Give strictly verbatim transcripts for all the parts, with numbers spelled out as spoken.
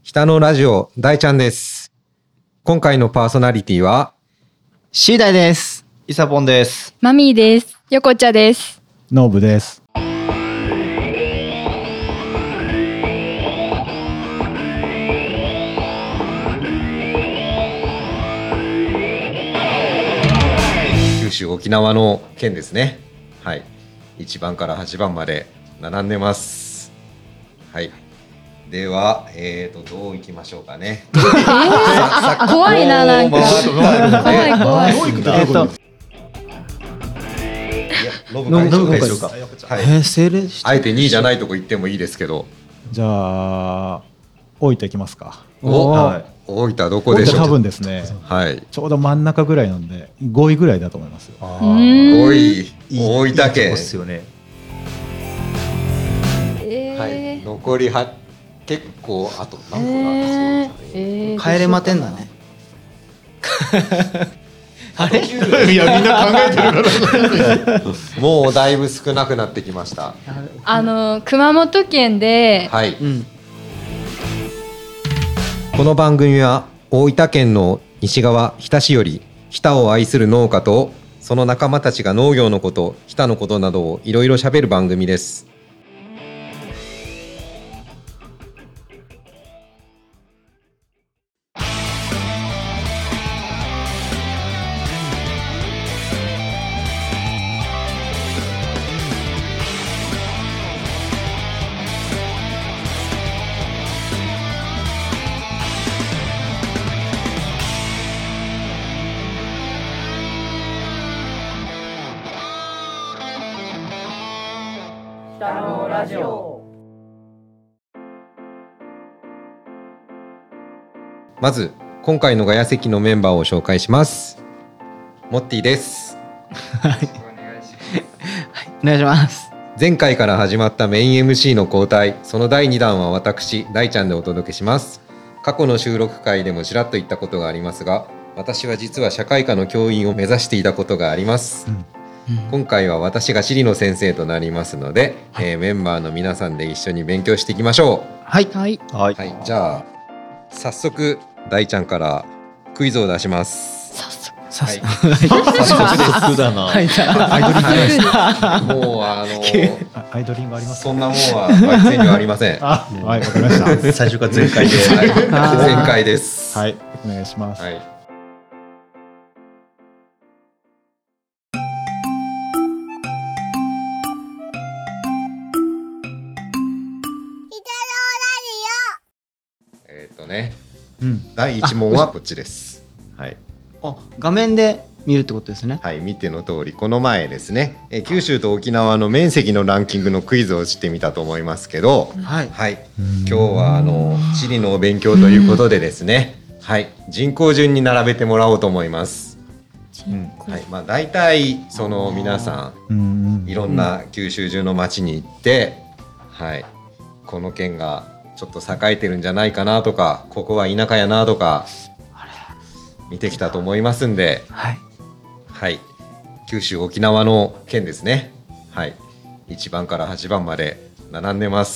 北のラジオ大ちゃんです。今回のパーソナリティはシーダイです。 イサポンです。 マミーです。横茶です。 ノブです。 九州沖縄の県ですね。はい、いちばんからはちばんまで並んでます。はい、では、えーと、どういきましょうかね。 えー、怖いな、なんか怖い怖い。 えっとノブ会長でしょうか。 はい、えー、政令あえてにいじゃないとこ行ってもいいですけど。 じゃあ大分行きますか。 お、はい、大分どこでしょう。 多分ですね、 はい、ちょうど真ん中ぐらいなんでごいぐらいだと思いますよ。 あごい、大分県ですよね。えー、はい、残りは結構あと何分なんですか、えーえー、帰れまてんだね。 あれいやみんな考えてるからもうだいぶ少なくなってきました。 あの熊本県で、 はい、うん、この番組は大分県の西側日田市より日田を愛する農家とその仲間たちが農業のこと、日田のことなどをいろいろ喋る番組です。北のラジオ。まず今回のガヤ席のメンバーを紹介します。モッティです。 はい、お願いします。 前回から始まったメイン エムシー の交代、そのだいにだんは私大ちゃんでお届けします。過去の収録回でもちらっと言ったことがありますが、私は実は社会科の教員を目指していたことがあります、うんうん、今回は私が地理の先生となりますので、はい、えー、メンバーの皆さんで一緒に勉強していきましょう。 はい、はいはいはい、じゃあ早速大ちゃんからクイズを出します。 早速早速、 はい、早速だな。 アイドリングもうあのアイドリングあります。 そんなもんは学生にはありません。 あ、はい、わかりました。 最初から全開で、 はい、全開です。 はい、お願いします。はい、 えっとね、うん、だいいち問はこっちです。はい。 あ、画面で見るってことですね。 はい、見ての通りこの前ですね、え九州と沖縄の面積のランキングのクイズをしてみたと思いますけど、はい、はい、今日はあの地理のお勉強ということでですね、はい、人口順に並べてもらおうと思います。うん、はい、まあだいたいその皆さんいろんな九州中の町に行って、はい、この県がちょっと栄えてるんじゃないかなとか、ここは田舎やなとか見てきたと思いますんで、はいはい、九州沖縄の県ですね。はい、いちばんからはちばんまで並んでます。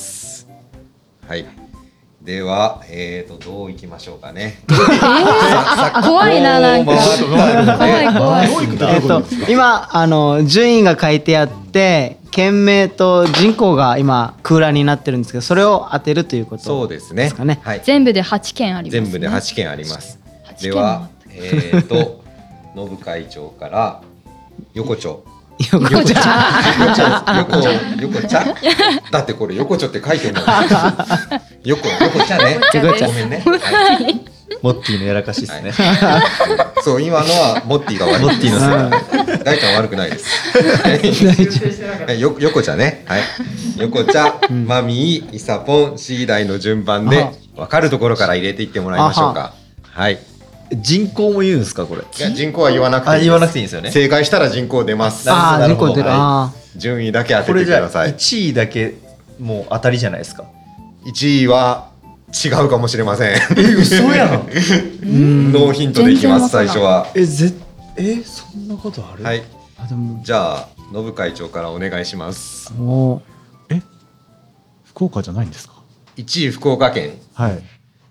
はい、では、えーとどういきましょうかね。えー、怖いな、なんか怖い怖い。 えーと今あの順位が書いてあって県名と人口が今空欄になってるんですけど、それを当てるということですかね。 そうですね、はい、 全部ではちけんありますね。 全部ではちけんあります。では、えーとノブ会長から横丁。 横丁横横茶だってこれ横丁って書いてるの。横横茶ね。ごめんね。 モッティのやらかしですね。 そう、今のはモッティが悪い。モッティのせい。大ちゃん悪くないです。よ横茶ね。はい。横茶、マミー、イサポン、シーダイの順番で分かるところから入れていってもらいましょうか。はい。 人口も言うんですかこれ。 いや、人口は言わなくていいです。 言わなくていいんですよね。 正解したら人口出ます。 ああ、人口出る。あー、順位だけ当ててください。 これじゃあいちいだけもう当たりじゃないですか。 いちいは違うかもしれません。え、 嘘やん。 ノーヒントでいきます。最初は。 え、ぜえそんなことある。 はい。じゃあノブ会長からお願いします。 おえ福岡じゃないんですか。 いちい福岡県。 はい。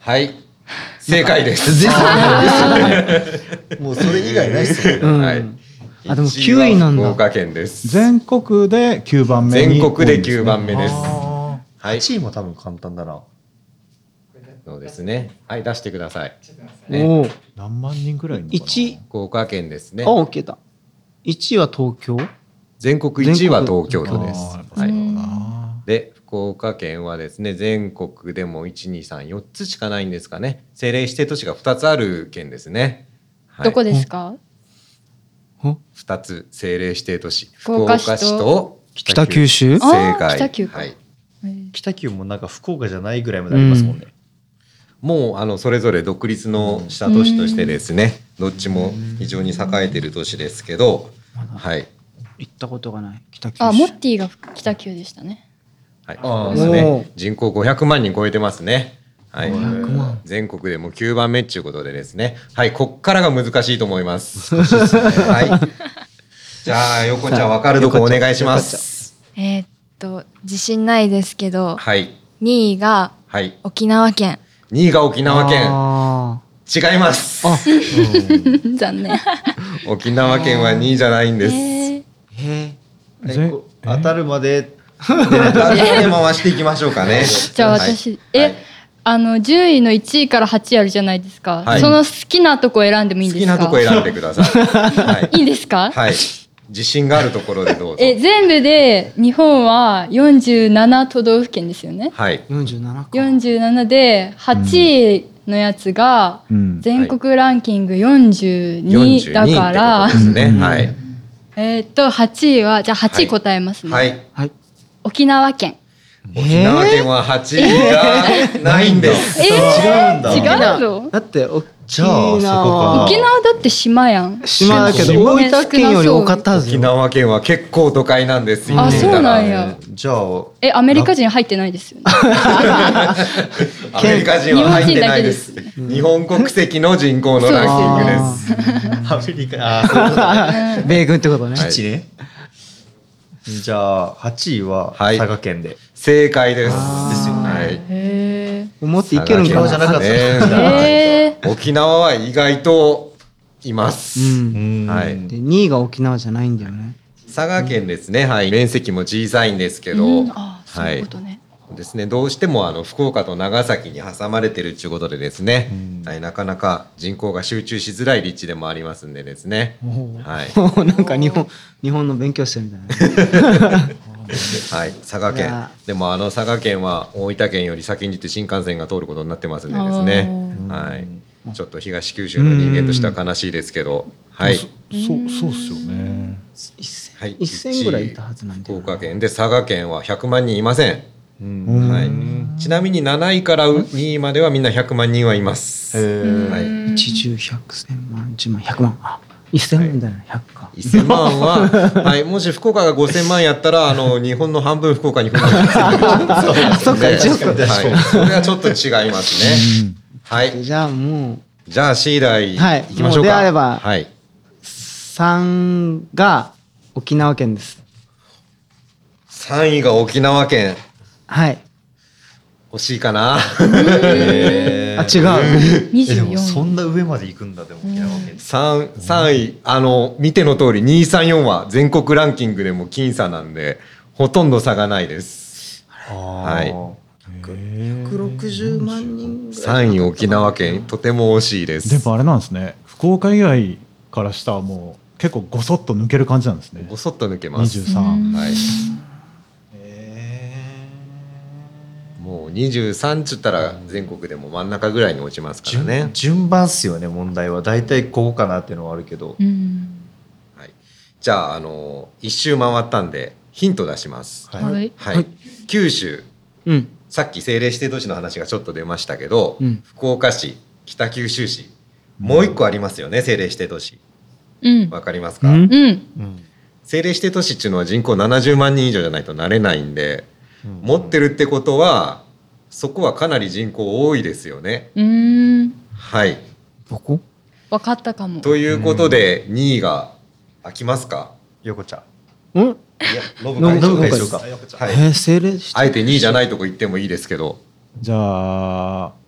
はい正解です。 もうそれ以外ないっすよね。 うん、 はい。 あでもきゅういなんだ。 福岡県です。 全国できゅうばんめに、 全国できゅうばんめです。 ははい。 ちいも多分簡単だな。 そうですね。はい出してください。 おね、 お。 何万人ぐらいいるのかな。 一。 福岡県ですねあ、。オッケーだ。一位は東京。 全国いちいは東京都です。 あーやっぱはい。 そうだな。 で福岡県はですね全国でもいち、に、さん、よっつしかないんですかね。政令指定都市がふたつある県ですね。はい、 どこですか？ ふたつ政令指定都市福岡市と福岡市と北九州。 正あー解。 北九かはい。 北九もなんか福岡じゃないぐらいまでありますもんね。 もうあのそれぞれ独立のした都市としてですね、どっちも非常に栄えている都市ですけど、はい行ったことがない北九州。 あ、モッティが北九でしたね。 はい、 あーですおーね。人口ごひゃくまんにん超えてますね。はいごひゃくまん。 全国でもきゅうばんめっていうことでですね。はい、こっからが難しいと思います。はい。じゃあ横ちゃん分かるとこお願いします。 えーっと自信ないですけど、 はいにいがはい。 沖縄県。 にいが沖縄県。 あ違います。 残念。 沖縄県はにいじゃないんです。 えーーへえ。 ぜこう当たるまでで回していきましょうかね。 じゃあはい私、え、 はいあのじゅういのいちいからはちいあるじゃないですか。 はいその好きなとこ選んでもいいん好ですか？ きなとこ選んでください。はいいいんですか？ はい。自信があるところでどうぞ。 え、全部で日本はよんじゅうなな都道府県ですよね。 はい。 四十七か。 よんじゅうななではちいのやつがうん全国ランキングよんじゅうにだから、 よんじゅうにってことですね。はい。 えーっとはちいはじゃあはちいはい答えますね。 はい。 はい。 沖縄県。 沖縄県ははちいがないんです。 え違うんだ。 ー、違うぞ。 だって沖じゃあそこか縄。 沖縄だって島やん。 島だけど島大分県より多かったはず沖よ。 縄県は結構都会なんです。 あ、そう言ってみたらなんや。 じゃあえ、アメリカ人入ってないですよね。 アメリカ人は入ってないです。日本国籍の人口のランキングです。 アメリカあーそういうことね。 米軍ってことね。 はい基地ね。じゃあはちいははい佐賀県で。 正解です。 ですよね。 はい。 へ思っていけるんかな。 沖縄じゃなかったねえ。へ沖縄は意外といます。 うん。 はいでにいが沖縄じゃないんだよね。 佐賀県ですね。はい。面積も小さいんですけえ。 ど、 うんあ、そうはいいうことね。 ですね。どうしてもあの福岡と長崎に挟まれてるっていうことでですね、はい、なかなか人口が集中しづらい立地でもありますんでですね。はい。 なんか日本日本の勉強してるみたいな。 はい、佐賀県いやでもあの佐賀県は大分県より先に行って新幹線が通ることになってますんでですね、はい、ちょっと東九州の人間としては悲しいですけど、はい、 そうそうっすよね。 一千はい、 一千ぐらいいたはずなんだよな。 福岡県で佐賀県はひゃくまんにんいません、 うんはい、ちなみになないからにいまではみんなひゃくまんにんはいます、 へーはい、 一十百千万十万百万あ一千万だよね百か。 せんまんは、はい、もし福岡がごせんまんやったらあの日本の半分福岡に住んでる人がそっか一億。 はい、それはちょっと違いますね、はい、 じゃあもうじゃあ C 題いはいきましょうか。 もうであればはい。 三が沖縄県です。 さんいが沖縄県。 はい。 惜しいかな。 へーあ違う。 二十えでもそ四。 んな上まで行くんだでも沖縄県。 三三位あの見ての通りにさんよんは全国ランキングでも僅差なんでほとんど差がないです。はい百六十万人ぐらい。 さんい沖縄県とても惜しいです。 でもあれなんですね。福岡以外からしたらもう結構ごそっと抜ける感じなんですね。 ごそっと抜けま二す。 十三。 はい。 へもうにじゅうさんっつったら全国でも真ん中ぐらいに落ちますから順ね。 順番っすよね問題は。大体ここかなっていうのはあるけど。 うん。 はい。じゃああの一周回ったんでヒント出します。 はいはい。 はい。九州。 うんさっき政令指定都市の話がちょっと出ましたけど、 うん福岡市北九州市もう一個ありますよね、政令指定都市うん。 わかりますか、 うんうん。 うん政令指定都市っていうのは人口ななじゅうまんにん以上じゃないとなれないんで、持ってるってことはそこはかなり人口多いですよね。 うん。 はいどこ？ わかったかも。 ということでにいが開きますか。 横ちゃん。 うん？ いやノブノブ会長でノブ会長すはいえー、政令指定あえてにいじゃないとこ行ってもいいですけどじゃあ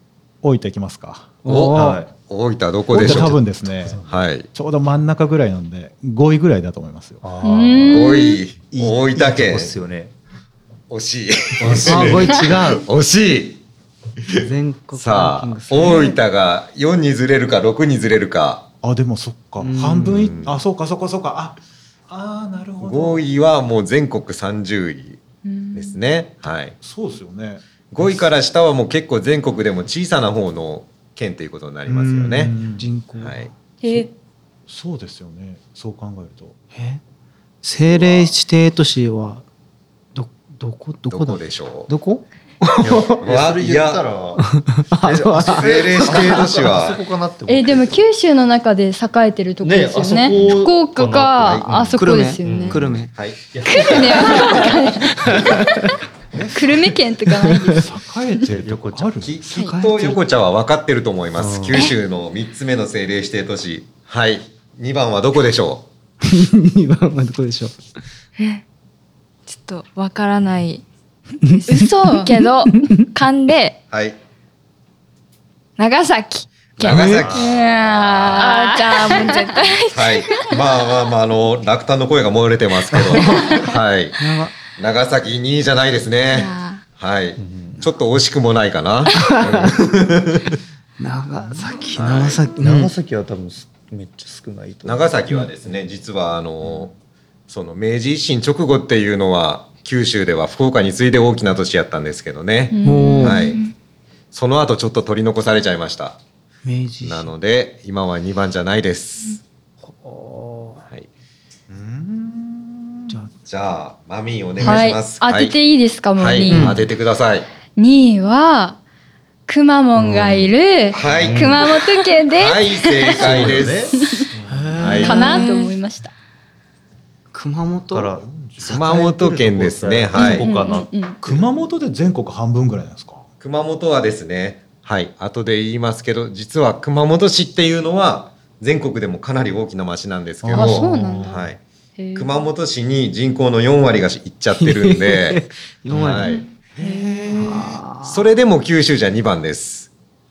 大分行きますか。 お、 はい、 大分どこでしょう。 多分ですね、 はい、 ちょうど真ん中ぐらいなんでごいぐらいだと思いますよ。 あごい、大分県。 ですよね。 惜しい。 あ、ごい違う。 惜しい。 全国さあランキング大分がよんにずれるかろくにずれるか。 あ、でもそっか、半分い、あ、そうかそうかそうか、ああ、なるほど。 ごいはもう全国さんじゅういですね。はい。 そうですよね。 ごいから下はもう結構全国でも小さな方の県ということになりますよね。 人口。 はい。 えそうですよね。そう考えると。 え、政令指定都市はどどこどこだ。 どこでしょう。 どこ？ いやそれ言ったら政令指定都市あそはこかなって思って。 えでも九州の中で栄えてるとこですよね。 ねあそこ福岡かあそこですよね。 久留米。 はい。 久留米は久留米県とかないです。 栄えてるとこある。 ききっと横茶は分かってると思います。九州のみっつめの政令指定都市。はい。にばんはどこでしょにばんはどこでしょう。 ちょっとわからない嘘けど勘でう。はい。 長崎県。 長崎。 いやーじゃあもう絶対はい。まあまあまああの落胆の声が漏れてますけど。はい。長崎にいじゃないですね。はい。ちょっと惜しくもないかな。 長崎、 はい長崎、 長崎は多分めっちゃ少ないと思う。 長崎はですね、実はあのその明治維新直後っていうのは九州では福岡に次いで大きな都市やったんですけどね。 もうはい。その後ちょっと取り残されちゃいました。 明治。 なので今はにばんじゃないです。はい。 じゃあじゃあマミーお願いはいします。 当てていいですかもうはい、 にい当ててください。 にいはくまモンがいるはい。 熊本県です。 はい、正解です。はい。 かなと思いました。 熊本。 から熊本県ですね。はい。 そこかな。 うんうん熊本で全国半分ぐらいなんですか。 熊本はですね、はい、後で言いますけど、実は熊本市っていうのは全国でもかなり大きな町なんですけど、 あそうなんだはい、 へー熊本市に人口のよんわりがいっちゃってるんで、 よんわりはい、それでも九州じゃにばんです。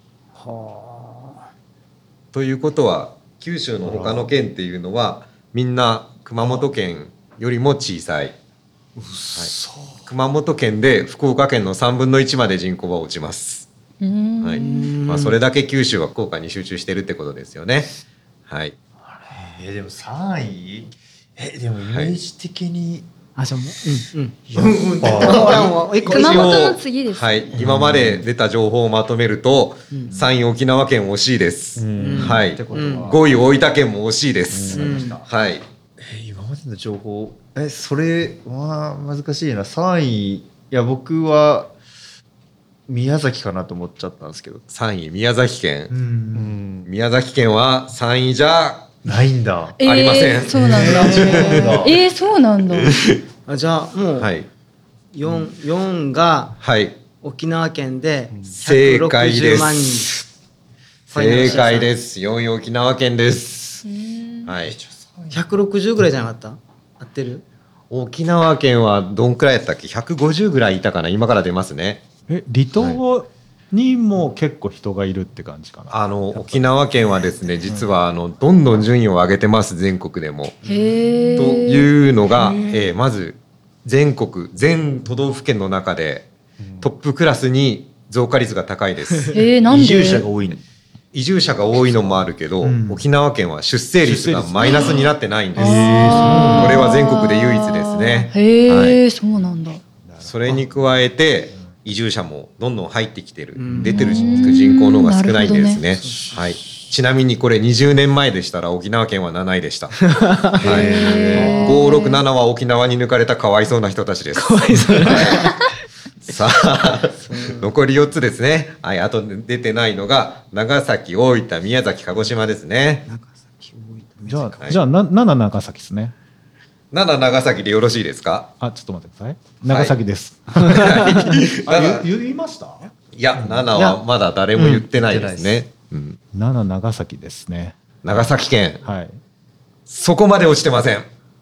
ということは九州の他の県っていうのはみんな熊本県よりも小さい。はい、熊本県で福岡県のさんぶんのいちまで人口は落ちます。 うーんはい、まあ、それだけ九州は福岡に集中してるってことですよね。はい。 えーでもさんい。えでもイメージ的にあ、じゃあもう、うんうん。 やっぱあ、一個熊本の次です。 はい、今まで出た情報をまとめると、さんい沖縄県惜しいです。 うんはい。 ってことはごい大分県も惜しいです。 うんはい。 えー今までの情報えそれは難しいな。さんいいや僕は宮崎かなと思っちゃったんですけど。 さんい宮崎県。 うん宮崎県はさんいじゃないんだ。 えーありませんそうなんだ。えー、そうなんだ。 あ、じゃあもうはい四四がはい沖縄県で正解でひゃくろくじゅうまんにん。 す。正解です。よんい沖縄県です。はい。 ひゃくろくじゅうぐらいじゃなかった？合ってる？ 沖縄県はどんくらいやったっけ？ひゃくごじゅうぐらいいたかな。今から出ますね。 え、離島にも結構人がいるって感じかな。 あの沖縄県はですね、実はあのどんどん順位を上げてます全国でも。 へえ。 というのが、えーまず全国全都道府県の中でトップクラスに増加率が高いです。 えー、なんで？ 移住者が多いの。 移住者が多いのもあるけど、 ん沖縄県は出生率が出生率マイナスになってないんです。これあーは全国で唯一ですね。 へえ、 はいそうなんだ。 それに加えて移住者もどんどん入ってきてる、 ん出てる人口の方が少ないんですね。はい。ちなみにこれにじゅうねんまえでしたら沖縄県はなないでした。はい。ご、ろく、ななは沖縄に抜かれたかわいそうな人たちです。かわいそう。さあ残りよっつですね。はい。あと出てないのが長崎、大分、宮崎、鹿児島ですね。 じゃあ、 はいじゃあななな長崎ですね。 なな長崎でよろしいですか？ あ、ちょっと待ってください。長崎です。 ななあ、言言いました？ いや、ななはまだ誰も言ってないですね。うん。 なな長崎ですね。 長崎県。 はい。 そこまで落ちてません。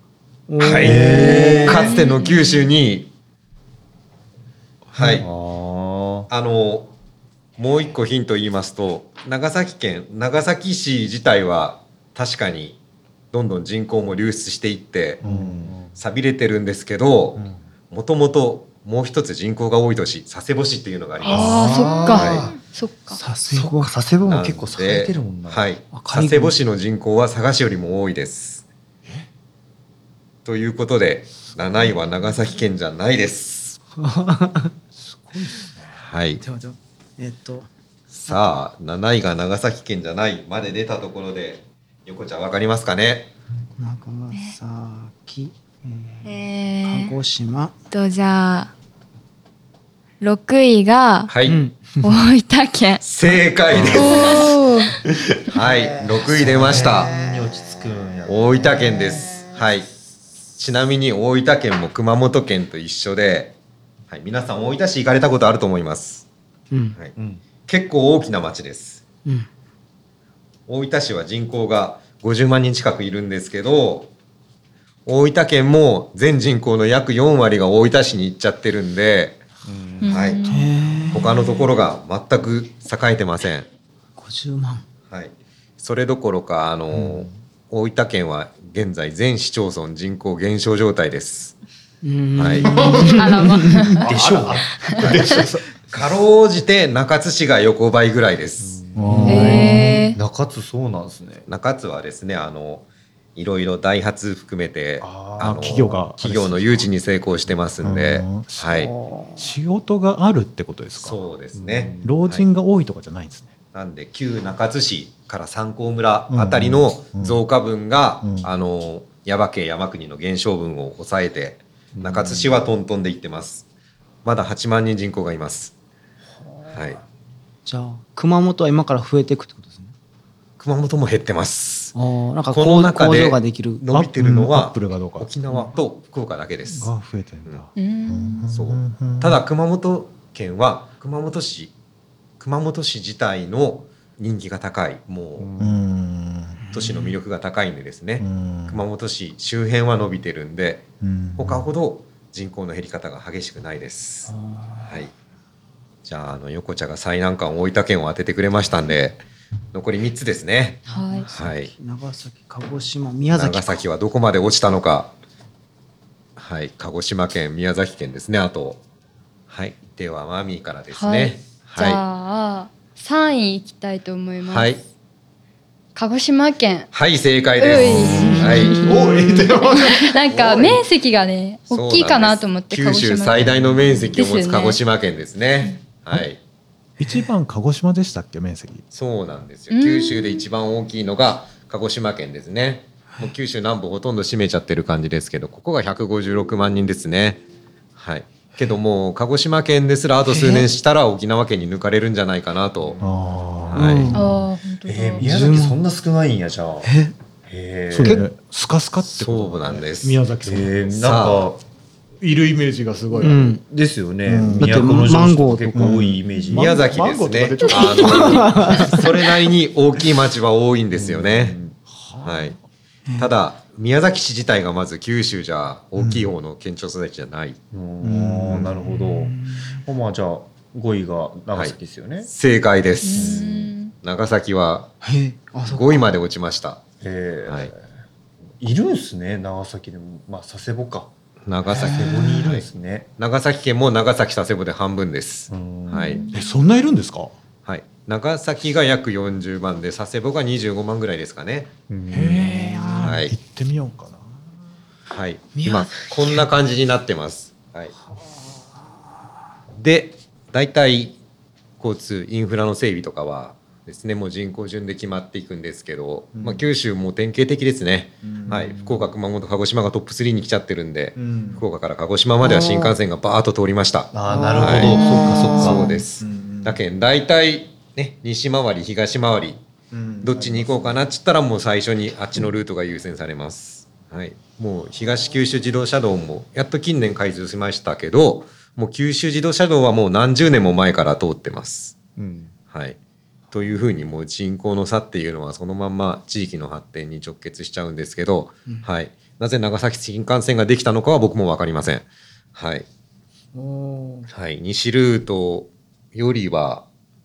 はい。かつての九州に、はい。 ああの、 もう一個ヒント言いますと、長崎県長崎市自体は確かにどんどん人口も流出していって寂れてるんですけど、もともともう一つ人口が多い都市佐世保市っていうのがあります。 ああ、そっか、 はそっか。 佐世そっ保か佐世保もなんで結構栄えてるもんな。 はい、 赤い佐世保市の人口は佐賀市よりも多いです。ということでなないは長崎県じゃないです。はい。 ではではえっとさあなないが長崎県じゃないまで出たところで、横ちゃんわかりますかね。 長崎、ええー、 ー、 鹿児島、 とじゃあろくいがはい、 うん大分県。 正解です。 おーはい、ろくい出ました。 に落ち着くんや。 大分県です。はい。ちなみに大分県も熊本県と一緒で、はい、皆さん大分市行かれたことあると思います。 うんはい、 うん。 結構大きな町です。 うん大分市は人口がごじゅうまんにん近くいるんですけど、大分県も全人口の約よんわりが大分市に行っちゃってるんで、はい、他のところが全く栄えてません。 ごじゅうまん。 はい、それどころかあの、大分県は現在全市町村人口減少状態です。 うんはい、 あらま。 でしょう。 かろうじて中津市が横ばいぐらいです。 えー、 中津そうなんですね。 中津はですね、あのいろいろダイハツ含めてああの企業が企業の誘致に成功してますんで、 うんはい、 仕事があるってことですか。 そうですね。 老人が多いとかじゃないんですね。 なんで旧中津市から三甲村あたりの増加分が、 うんうんあの耶馬渓山国の減少分を抑えて、中津市はトントンでいってます。まだはちまんにん人口がいます。はい、 じゃあ熊本は今から増えていくってことですね。 熊本も減ってます。 あーなんかこ工の中で工場ができる。 伸びてるのアッはプルがどうか沖縄と福岡だけです。 が増えてるんだ。 うん。 そう。ただ熊本県は熊本市熊本市自体の人気が高い、もうう、 ん都市の魅力が高いんでですね、 うん熊本市周辺は伸びてるんで、 うん他ほど人口の減り方が激しくないです。はい。じゃあ、あの横茶が最難関大分県を当ててくれましたんで、残りみっつですね。 はい。 はい。 長崎、鹿児島、宮崎か。 長崎はどこまで落ちたのか。はい。鹿児島県、宮崎県ですね。あと。はい。ではマミーからですね。 じゃあさんいいきたいと思います。 はい。 鹿児島県。 はい、正解です。 ういはい。 おいでもなんか面積がね大きいかなと思って。 九州最大の面積を持つ鹿児島県ですね。はい。 一番鹿児島でしたっけ、面積。 そうなんですよ。 うん九州で一番大きいのが鹿児島県ですね。もう九州南部ほとんど占めちゃってる感じですけど、ここがひゃくごじゅうろくまんにんですね。はい。けどもう鹿児島県ですらあと数年したら沖縄県に抜かれるんじゃないかなと。 あはい。 うんああ本当だ。 えー、宮崎そんな少ないんやじゃあ。 えへあ、そうえ。 ね。スカスカってことそうなんです。 宮崎さん、 えー、なんさかいるイメージがすごい。 うん。 ですよね。 うん都のだって城市とか結構多いイメージ。 宮崎ですマンゴーとかね出て。くるあのそれなりに大きい町は多いんですよね。はい。ただ宮崎市自体がまず九州じゃ大きい方の県庁所在地じゃない。 うん、なるほど。まあじゃあごいが長崎ですよね。 正解でうす。 ん長崎はへえ。あ、そうか。 ごいまで落ちました。 えーはいいるんすね長崎でも。まあ佐世保か。 長崎佐世保にいるんですね。 長崎県も長崎佐世保で半分です。 うんはい。 え、そんないるんですか。 はい。長崎が約よんじゅうまんで佐世保がにじゅうごまんぐらいですかね。 うんへえ、 はい行ってみようかな。 はい。 宮今こんな感じになってます。はい。で、大体交通インフラの整備とかはですね、もう人口順で決まっていくんですけど、まあ九州も典型的ですね。はい。福岡、熊本、鹿児島がトップスリーに来ちゃってるんで、 うん福岡から鹿児島までは新幹線がバーッと通りました。 ああなるほど。 はいそっかそっか。 そうです。だけど大体ね、西回り東回りうんどっちに行こうかなっつったらもう最初にあっちのルートが優先されます。はい。もう東九州自動車道もやっと近年開通しましたけど、もう九州自動車道はもう何十年も前から通ってます。 うんはい。というふうにもう人口の差っていうのはそのまんま地域の発展に直結しちゃうんですけど、はい。なぜ長崎新幹線ができたのかは僕も分かりません。はい。 おーはい。西ルートよりは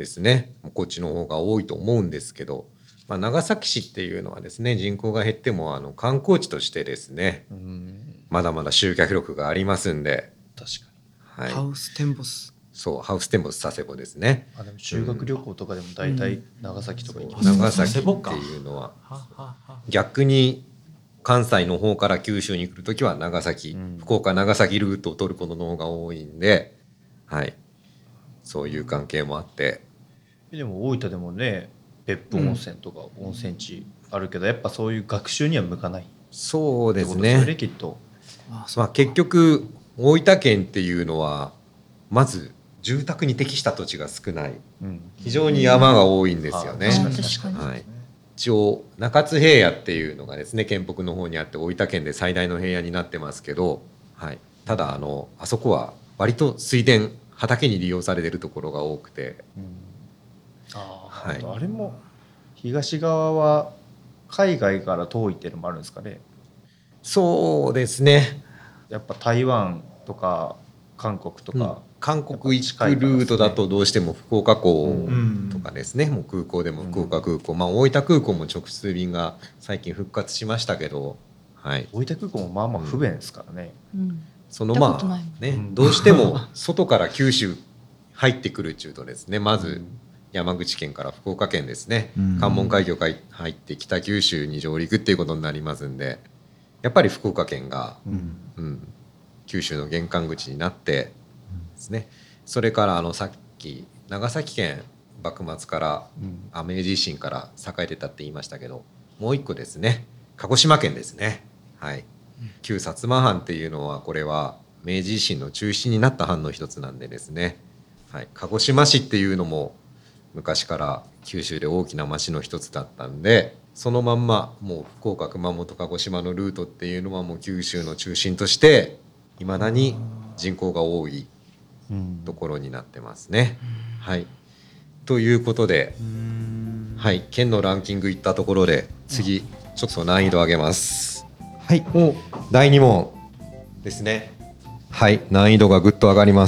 ですね、こっちの方が多いと思うんですけど、まあ、長崎市っていうのはですね、人口が減ってもあの観光地としてですね、まだまだ集客力がありますんで、 確はい、 ハウステンボス。 そうハウステンボス佐世保ですね。 かに。あでも修学旅行とかでも大体長崎とか行きます、 長崎っていうのは逆に関西の方から九州に来るときは長崎、うん、福岡長崎ルートを取ることの方が多いんで、はい、そういう関係もあって。 でも大分でもね別府温泉とか温泉地あるけど、うん、やっぱそういう学習には向かない。 そうですね。 きっとまあ、結局大分県っていうのはまず住宅に適した土地が少ない、うん、非常に山が多いんですよね。はい、一応中津平野っていうのがですね県北の方にあって大分県で最大の平野になってますけど、はい、ただあのあそこは割と水田畑に利用されてるところが多くて、うん、 あ, はい、あれも東側は海外から遠いっていうのもあるんですかね。 そうですね。 やっぱ台湾とか韓国とか、うん、 韓国行くルートだとどうしても福岡港とかですね、うん、もう空港でも福岡空港、うん、まあ、大分空港も直通便が最近復活しましたけど、はい、 大分空港もまあまあ不便ですからね、 うん、 そのまあね、うん、どうしても外から九州入ってくるっちゅうとですね、まず山口県から福岡県ですね、うん、関門海峡から入って北九州に上陸っていうことになりますんで、やっぱり福岡県が、うんうん、九州の玄関口になってですね、それからあのさっき長崎県幕末から、うん、明治維新から栄えてたって言いましたけど、もう一個ですね鹿児島県ですね、はい、旧薩摩藩っていうのはこれは明治維新の中心になった藩の一つなんでですね、はい、鹿児島市っていうのも昔から九州で大きな町の一つだったんで、そのまんまもう福岡熊本鹿児島のルートっていうのはもう九州の中心としていまだに人口が多いところになってますね。はい、ということで、はい、県のランキングいったところで次ちょっと難易度上げます。はい、だいに問ですね。はい、難易度がぐっと上がります。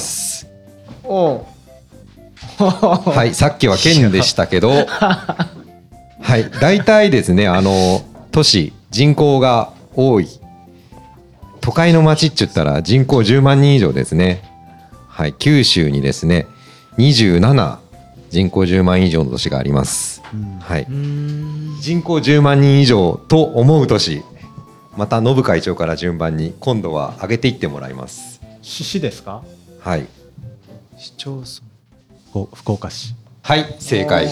おはい、さっきは県でしたけどはい、大体ですね、あの都市人口が多い都会の町って言ったら人口じゅうまんにん以上ですね。はい、九州にですねにじゅうなな人口じゅうまん以上の都市があります。はい、人口じゅうまんにん以上と思う都市、またノブ会長から順番に今度は上げていってもらいます。 市ですか？ はい。 市町村。 福岡市。 はい、正解。はい、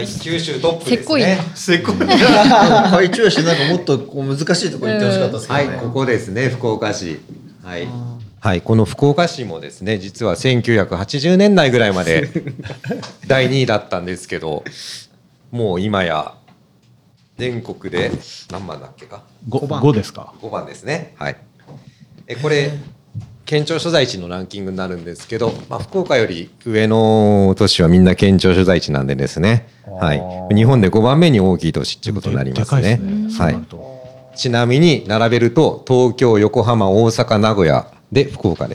九州トップですね。 せこいな。会長しなんかもっとこう難しいところ言ってほしかったですけどね。 はい、ここですね、福岡市。はい。はい、この福岡市もですね、実はせんきゅうひゃくはちじゅうねんだいぐらいまでだいにいだったんですけど、もう今や全国で何番だっけか？ ごばん。ごですか？ ごばんですね。はい。えこれ県庁所在地のランキングになるんですけど、まあ、福岡より上の都市はみんな県庁所在地なんでですね、はい、日本でごばんめに大きい都市っていうことになりますね。 ですね。はい。 ちなみに並べると東京、横浜、大阪、名古屋で福岡です。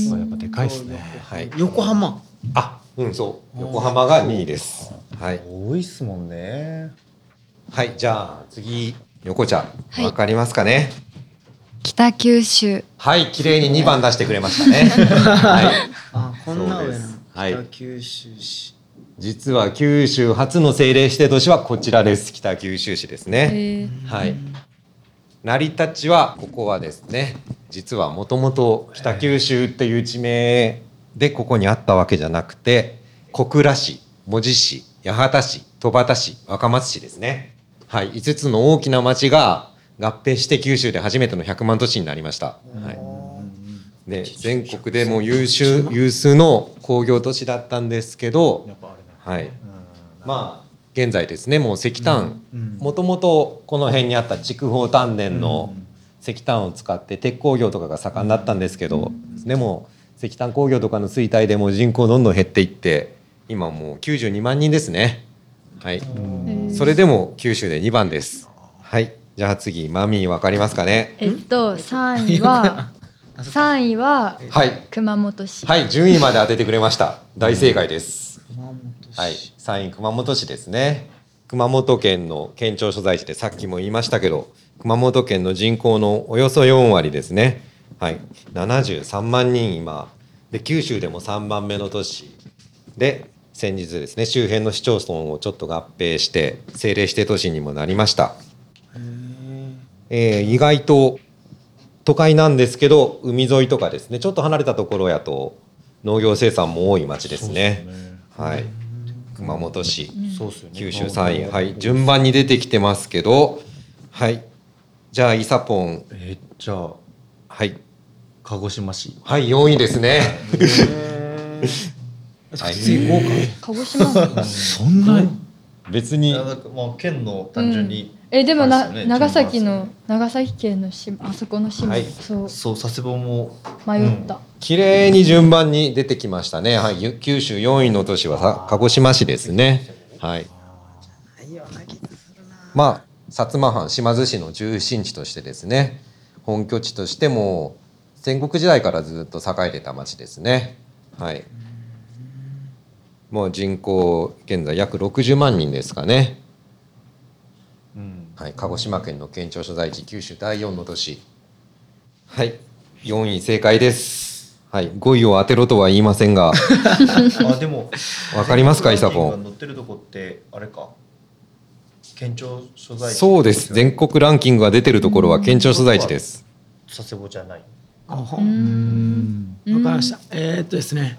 やっぱでかいですね。 はい。 横浜。 あ、うん、そう横浜がにいです。はい。 多いっすもんね。 はい、じゃあ次横ちゃんわかりますかね？ 北九州。 はい、綺麗ににばん出してくれましたね。はい。 あ、こんな上なの。 はい。 北九州市。 実は九州初の政令指定都市はこちらです。北九州市ですね。はい。成り立ちはここはですね、実はもともと北九州っていう地名でここにあったわけじゃなくて、小倉市、門司市、八幡市、戸畑市、若松市ですね。はい。いつつの大きな町が合併して九州で初めてのひゃくまん都市になりました。はい、で全国でも優秀有数の工業都市だったんですけど、はい、まあ現在ですねもう石炭もともとこの辺にあった筑豊炭田の石炭を使って鉄鋼業とかが盛んだったんですけど、でも石炭工業とかの衰退でもう人口どんどん減っていって今もうきゅうじゅうにまんにんですね。はい、それでも九州でにばんです。はい。じゃあ次マミーわかりますかね？ えっとさんいはさんいははい熊本市。 はい、順位まで当ててくれました。大正解です。はい、さんい熊本市ですね。熊本県の県庁所在地で、さっきも言いましたけど、熊本県の人口のおよそよんわりですね。はい、ななじゅうさんまんにん今で、九州でもさんばんめの都市で、先日ですね、周辺の市町村をちょっと合併して政令指定都市にもなりました。えー、意外と都会なんですけど、海沿いとかですね、ちょっと離れたところやと農業生産も多い町ですね。はい、熊本市、 そうっすよね。 九州さんい、はい、順番に出てきてますけど、はい、じゃあイサポン、 えー、じゃあはい鹿児島市。 はい、よんいですね。はい、 鹿児島の。 そんな別にいやなんかまあ県の単純に、 えでもな、 あれですよね長崎の長崎県の島、あそこの島、 はいそうそう佐世保も迷った。 綺麗に順番に出てきましたね。はい、ゆ九州よんいの都市はさ鹿児島市ですね。はい。まあ薩摩藩島津市の中心地としてですね、本拠地としても戦国時代からずっと栄えてた町ですね。はい。もう人口現在約ろくじゅうまんにんですかね。 うんはい、鹿児島県の県庁所在地、九州だいよんの都市。はい、よんい正解です。はい、ごいを当てろとは言いませんが、 あでもわかりますか、イサポン。 ランキングが載ってるとこってあれか県庁所在地。 そうです。全国ランキングが出てるところは県庁所在地です。 佐世保じゃない。 あほうんん。 わかりました。えー、っとですね。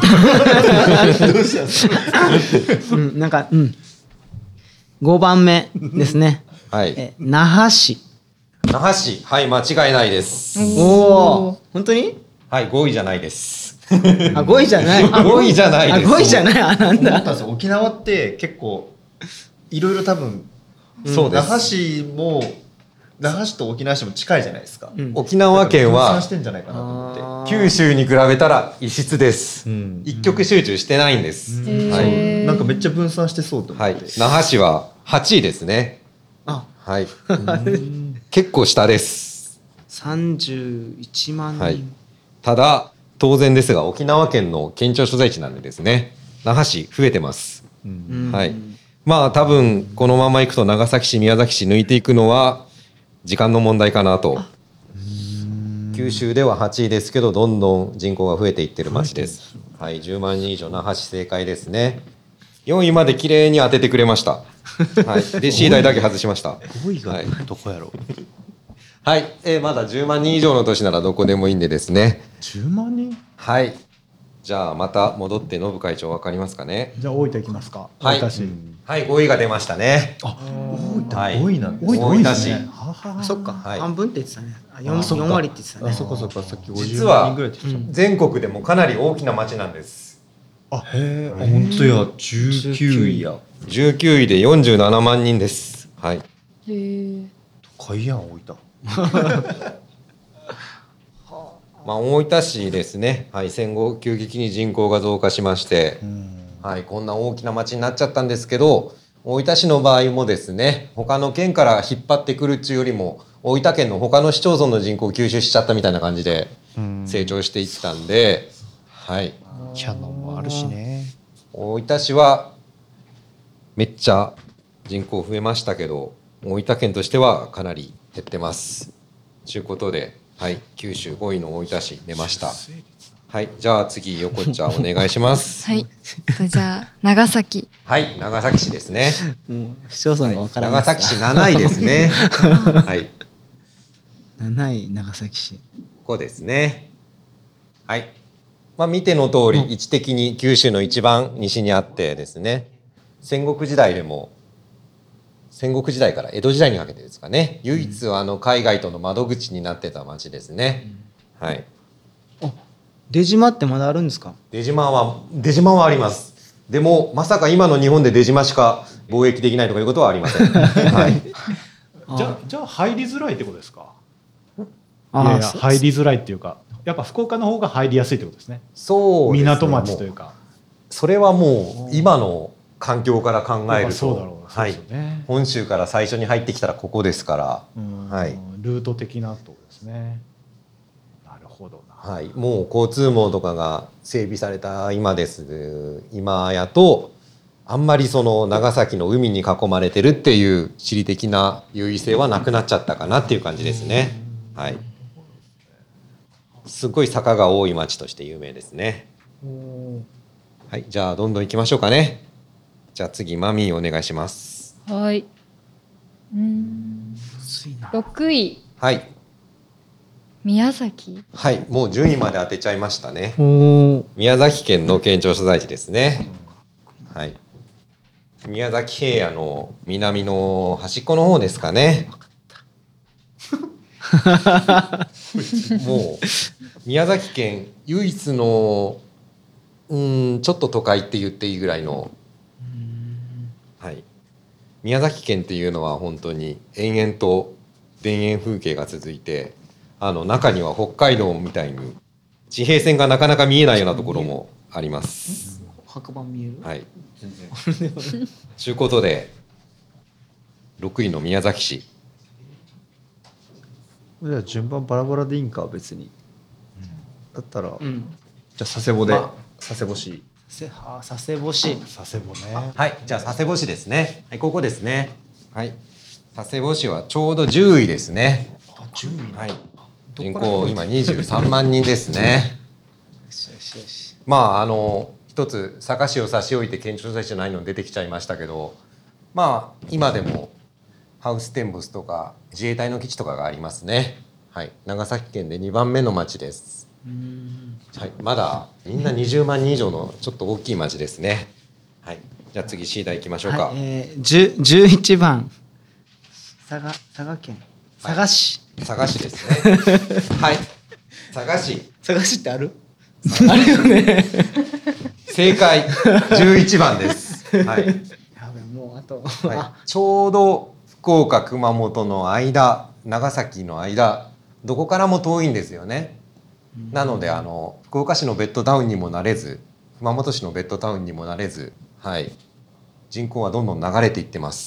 うん、なんか、うん。ごばんめですね。 はい、 え、那覇市。 那覇市、はい、間違いないです。 おお。本当に？ はい、ごいじゃないです。 あ、ごいじゃない。あごいじゃないです。 ごいじゃない。あ、なんだ。 思ったんですよ。沖縄って結構いろいろ多分そうです。 那覇市も那覇市と沖縄市も近いじゃないですか。 うん沖縄県分散はしてんじゃないかなと思って。 あー九州に比べたら異質です。 うん一極集中してないんです。 へはい、 ーなんかめっちゃ分散してそうと思はいって。、 那覇市ははちいですね。 あ、 はい、結構下です。 さんじゅういちまん人。 はい、ただ当然ですが沖縄県の県庁所在地なんでですね、那覇市増えてます。 うんうんはい、まあ多分このままいくと長崎市宮崎市抜いていくのは時間の問題かなと。九州でははちいですけど、どんどん人口が増えていってる町です。はい、じゅうまんにん以上、那覇市正解ですね。よんいまで綺麗に当ててくれました。はい、で C 台だけ外しました。 ごいがはいどこやろう。 はい、えーまだじゅうまんにん以上の都市ならどこでもいいんでですね。 じゅうまんにん？ はい、じゃあまた戻ってノブ会長わかりますかね。 じゃあ大分行きますか。 はい大分市。 はい、ごいが出ましたね。 あ、大はい分ごいなんです大ね。 分市ははあ、そっか、 はい半分って言ってたね。あ、四あそっか四割って言ってたあ、 ね。 そこそこさっきごじゅ実はうまんにんぐらいって言ってた。 全国でもかなり大きな町なんです。 あ、へえ、本当や、じゅうきゅういや。 じゅうきゅういでよんじゅうななまんにんです。はい。 へえ。 高いやん、大分。 まあ大分市ですね。はい、戦後急激に人口が増加しまして、はい、こんな大きな町になっちゃったんですけど、大分市の場合もですね、他の県から引っ張ってくるっちゅうよりも、大分県の他の市町村の人口を吸収しちゃったみたいな感じで成長していったんで、はい、 キャノンもあるしね。 大分市はめっちゃ人口増えましたけど、大分県としてはかなり減ってますということで、はい、九州ごいの大分市出ました。はい、じゃあ次横ちゃんお願いしますはい。とじゃあ長崎。 はい、長崎市ですね。 もう市町村がわからない長崎市なないですね。はい、 なない長崎市。 ここですね。はい。まあ見ての通り位置的に九州の一番西にあってですね、戦国時代でも戦国時代から江戸時代にかけてですかね、唯一あの海外との窓口になってた町ですね。はい。 出島ってまだあるんですか？ 出島は出島はあります。でもまさか今の日本で出島しか貿易できないとかいうことはありません。はい。 じゃあじゃあ入りづらいってことですか？いあやいやそ入りづらいっていうか、やっぱ福岡の方が入りやすいってことですね。 そうですね。 港町というか。 それはもう今の環境から考えると、 そうだろう。そうはいですよね。 本州から最初に入ってきたらここですから、 うんはいルート的なところですね。なるほはい、もう交通網とかが整備された今です今やとあんまりその長崎の海に囲まれてるっていう地理的な優位性はなくなっちゃったかなっていう感じですね。はい、すごい坂が多い町として有名ですね。はい、じゃあどんどん行きましょうかね。じゃあ次マミーお願いします。 はい。うーん。 薄いな。 ろくいはい、 宮崎。 はい、もう順位まで当てちゃいましたね。 おー宮崎県の県庁所在地ですね。はい、宮崎平野の南の端っこの方ですかね。もう宮崎県唯一のうーんちょっと都会って言っていいぐらいの、はい、宮崎県っていうのは本当に延々と田園風景が続いて、あの中には北海道みたいに地平線がなかなか見えないようなところもあります。 白板見える？ はい。ということでろくいの宮崎市。 じゃあ順番バラバラでいいんか別に。だったら、 うん。 じゃあ佐世保で、 まあ佐世保市。 せあ佐世保市。 佐世保ね。 はい、じゃあ佐世保市ですね。はい、ここですね。はい、佐世保市はちょうどじゅういですね。 あ、じゅうい。 はい、人口今にじゅうさんまんにんですね。 よしよしよし。 まああの一つ佐賀市を差し置いて県庁所在地じゃないの出てきちゃいましたけど、まあ今でもハウステンボスとか自衛隊の基地とかがありますね。はい、長崎県でにばんめの町です。はい、まだみんなにじゅうまんにん以上のちょっと大きい町ですね。はい、じゃあ次シーダ行きましょうか。 はい、えー、じゅじゅういちばん佐賀佐賀県佐賀市、 佐賀市ですね。はい、佐賀市。 佐賀市ってある？あるよね。 正解じゅういちばんです。はい。 やべもうあと、 はい、ちょうど福岡熊本の間、長崎の間、どこからも遠いんですよね。なのであの福岡市のベッドタウンにもなれず、熊本市のベッドタウンにもなれず、はい、人口はどんどん流れていってます。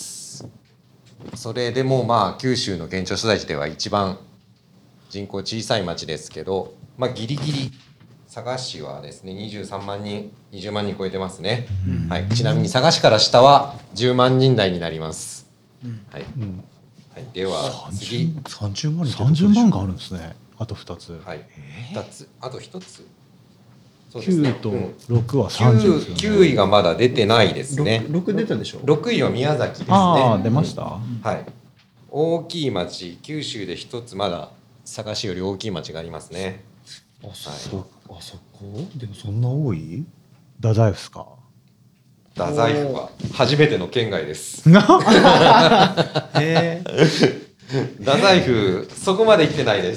それでもまあ九州の県庁所在地では一番人口小さい町ですけど、まあギリギリ佐賀市はですねにじゅうさんまんにん、にじゅうまんにん超えてますね。はい、ちなみに佐賀市から下はじゅうまんにん台になります。はい、 うん。 はい、では次、 さんじゅうまん人。 さんじゅうまんがあるんですね。あとふたつ。 はい、ふたつ、あとひとつ。そうきゅうとうんろくはさんじゅうですよね。 きゅういがまだ出てないですね。 六出たでしょ。 ろくいは宮崎ですね。 ああ、出ました。 はい。大きい町、九州で一つまだ佐賀市より大きい町がありますね。 あ、そ、あそこでもそんな多い？ 太宰府っすか。 太宰府は初めての県外です。 へえ。 太宰府そこまで行ってないです。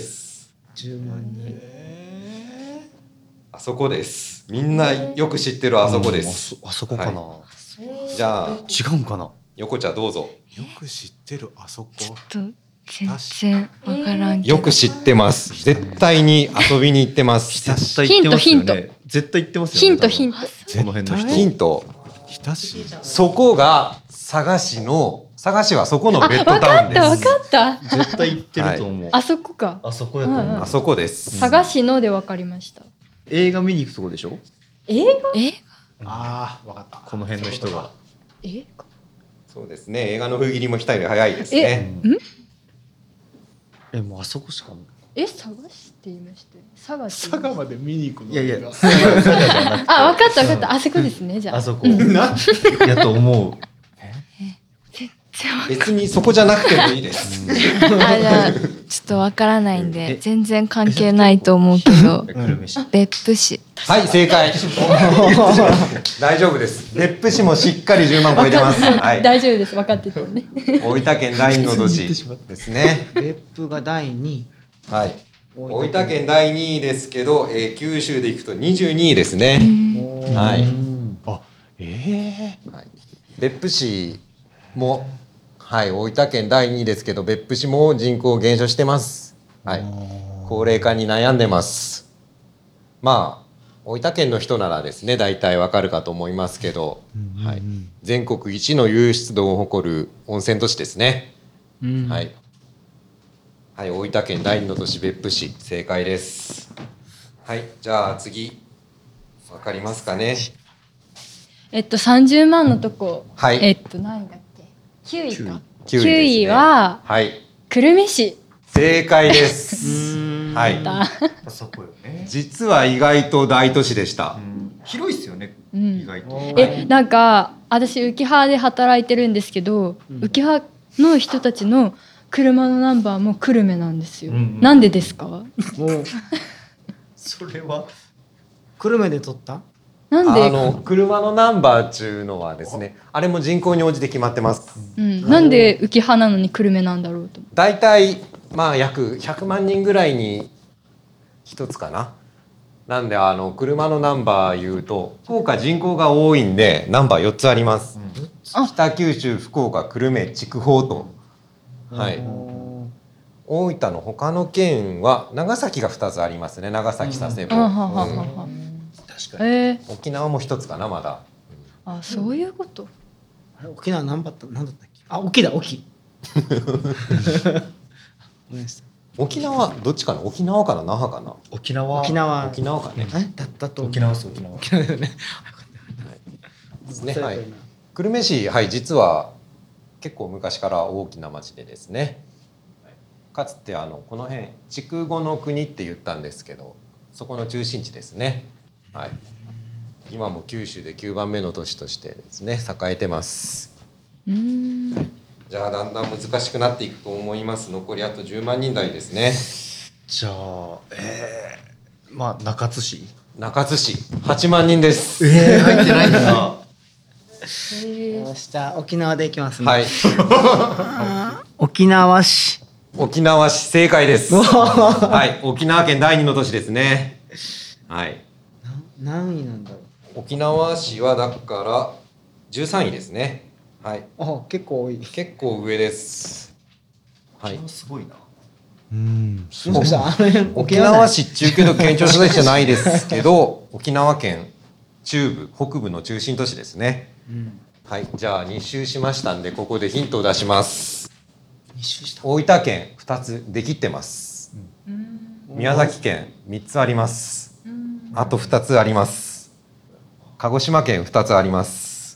じゅうまんにん。 あそこです。みんなよく知ってるあそこです。 あそ、あそこかな。 はじゃあ違うんかな。 横ちゃんどうぞ。 よく知ってるあそこ。 ちょっと全然わからんけど。 よく知ってます。絶対に遊びに行ってます。 絶対言ってますよね。 ヒントヒン絶対言ってますよね。 ヒントヒント。 この辺の人。 ヒント。 日田市。 そこが佐賀市の佐賀市はそこのあ、 ベッドわかタウンです。 ったわかった。 絶対言ってると思う。 あそこか。 あそこやと思うんうんう。 あそこです。 佐賀市のでわかりました。 映画見に行くとこでしょ。 映画？ え、 ああ、わかった。 この辺の人が。 映画？ そうですね。映画の封切りも来たより早いですえね。 ん？ え、もうあそこしか。 え、佐賀市って言いましたよね。佐賀市。 佐賀まで見に行くの。 いやいや。 あ、わかったわかった。あそこですね。じゃあ。 あそこ。 うんやと思う。 別にそこじゃなくてもいいです。 あ、じゃあちょっとわからないんで全然関係ないと思うけど、 久留米市。 別府市。 はい、正解。大丈夫です。別府市もしっかりじゅうまん超えてます。はい。 大丈夫です。分かってたね。 大分県第二の都市ですね。 別府がだいにい。 はい。大分県だいにいですけど、えー、九州でいくとにじゅうにいですね。はい。 あ、ええ。 はい、別府市も、はい、大分県だいにいですけど別府市も人口減少してます。はい、高齢化に悩んでます。まあ大分県の人ならですね大体わかるかと思いますけど、はい、全国一の湧出度を誇る温泉都市ですね。 うんはい、はい、大分県だいにの都市別府市正解です。 はい、じゃあ次わかりますかね。 えっとさんじゅうまんのとこ、 はいえっと何だっけ、きゅういか。 きゅういですねきゅういははい、 久留米市正解です。はい。 だ。 そこよね。 実は意外と大都市でしたう。ん広いっすよね。 うん意外と。 え、なんか私浮羽で働いてるんですけど、浮羽の人たちの車のナンバーも久留米なんですよ。 うんうんなんでですか？ もうそれは久留米で撮ったなんで？ あの車のナンバー中のはですね、あれも人口に応じて決まってます。 うん、なんで浮羽なのに久留米なんだろうと。 だいたいまあ約ひゃくまんにんぐらいに一つかな。なんであの車のナンバー言うと福岡人口が多いんでナンバーよっつあります。 あ北九州、福岡、久留米、筑豊と。はい。大分の他の県は長崎がふたつありますね。長崎、佐世保。 あはははうんは。 確かに。 えー、 沖縄も一つかなまだ。 あ、そういうこと。 あれ沖縄何だった何だったっけあ沖だ沖ごめんなさい沖縄どっちかな、沖縄かな那覇かな、 沖縄。 沖縄沖縄かね。 えだったと思う沖縄です沖縄。 沖縄だよねですね。はい。久留米市、はい、実は結構昔から大きな町でですね。かつてあのこの辺筑後の国って言ったんですけど、そこの中心地ですね。はい。今も九州できゅうばんめの都市としてですね栄えてます。 うーん。 じゃあだんだん難しくなっていくと思います。残りあとじゅうまんにん台ですね。 じゃあえー、まあ中津市。 中津市はちまんにんです。 えー、入ってないんだ。 よしじゃあ沖縄でいきますねはい。 沖縄市沖縄市正解です。はい、沖縄県だいにの都市ですね。はい。 何位なんだろう沖縄市はだからじゅうさんいですね。はい。 あ結構多い結構上です。はい。 すごいな。 うん。 もしかしたらあの辺沖縄市っていうけど県庁所在地じゃないですけど、沖縄県中部北部の中心都市ですね。 うんはい。じゃあに周しましたんでここでヒントを出します。 二周した大分県ふたつできってます。宮崎県みっつあります。あとふたつあります。鹿児島県ふたつあります。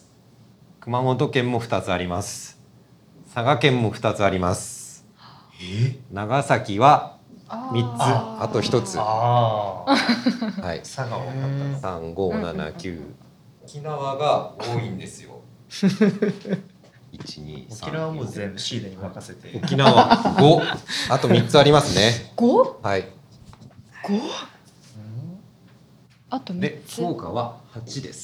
熊本県もふたつあります。佐賀県もふたつあります。長崎はみっつ、あとひとつ。はああ。 い。 佐賀は分かっさん、ご、なな、きゅう。沖縄が多いんですよ。いち、に、 た。 さん。 沖縄はもう全部シーレに任せて。 沖縄ご、あとみっつありますね。 五？ はい。 あと三で、 つ。 福岡ははちです。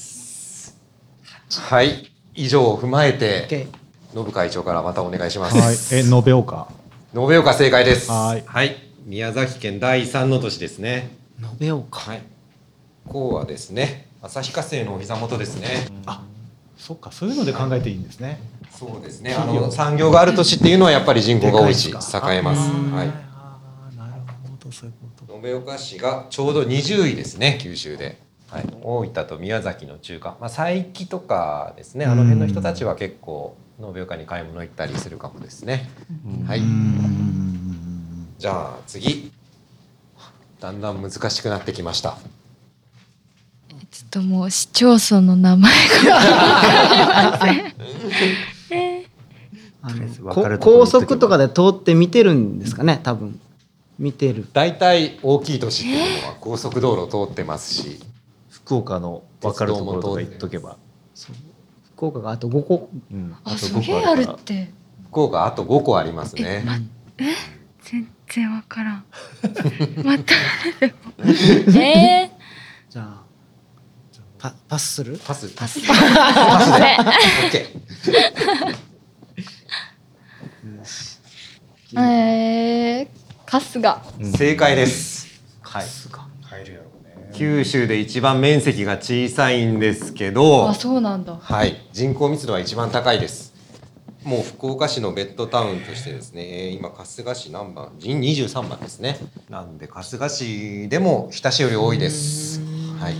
はい。以上を踏まえて、 OK ノブ会長からまたお願いします。 はい。え、延岡。 延岡正解です。 はい宮崎県だいさんの都市ですね。 延岡はい。こうはですね、旭化成のお膝元ですね。 そっか、そういうので考えていいんですね。 そうですね。あの産業がある都市っていうのはやっぱり人口が多いし、栄でかいですかえます。 あはい。 あー、なるほど、そういうこと。 延岡市がちょうどにじゅういですね、九州で。はい、大分と宮崎の中間、まあ、佐伯とかですね、あの辺の人たちは結構延岡に買い物行ったりするかもですね。はい、じゃあ次、だんだん難しくなってきました。 ちょっともう市町村の名前がわかりません。 あの分こかるとこ言っとけば高速とかで通って見てるんですかね多分見てる大体大きい都市っていうのは高速道路通ってますし、 福岡の分かるところとか言っとけば。 福岡があとごこうんあ、 とすごこるからげえあるっ。て。 福岡あとごこありますね。 全然わからん。また。 えじゃあパパスするパス。 パス。 パスで。オッケー、えー、春日。 ー。正解です。はい。 入るやろうね。 九州で一番面積が小さいんですけど、 あ、そうなんだ。 はい、人口密度は一番高いです。もう福岡市のベッドタウンとしてですね、えー今春日市何番？にじゅうさんばんですね。なんで春日市でも日田市より多いです。はい。